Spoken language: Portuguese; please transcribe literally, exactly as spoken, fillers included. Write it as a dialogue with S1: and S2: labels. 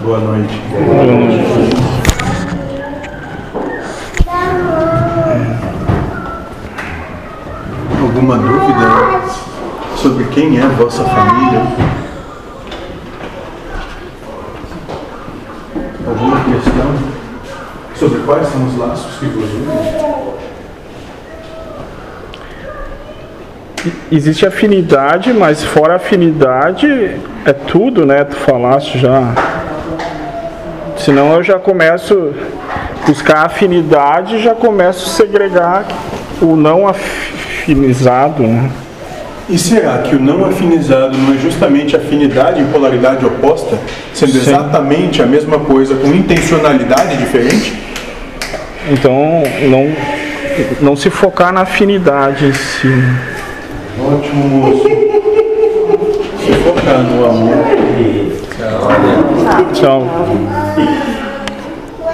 S1: Boa noite.
S2: Boa noite.
S1: Alguma dúvida sobre quem é vossa família? Alguma questão sobre quais são os laços que vos unem?
S2: Existe afinidade, mas fora afinidade é tudo, né? Tu falaste já. Senão eu já começo a buscar afinidade e já começo a segregar o não afinizado, né?
S1: E será que o não afinizado não é justamente afinidade em polaridade oposta, sendo Sim. exatamente a mesma coisa com intencionalidade diferente?
S2: Então, não, não se focar na afinidade em si.
S1: Ótimo, moço. Se focar no amor.
S2: Tchau.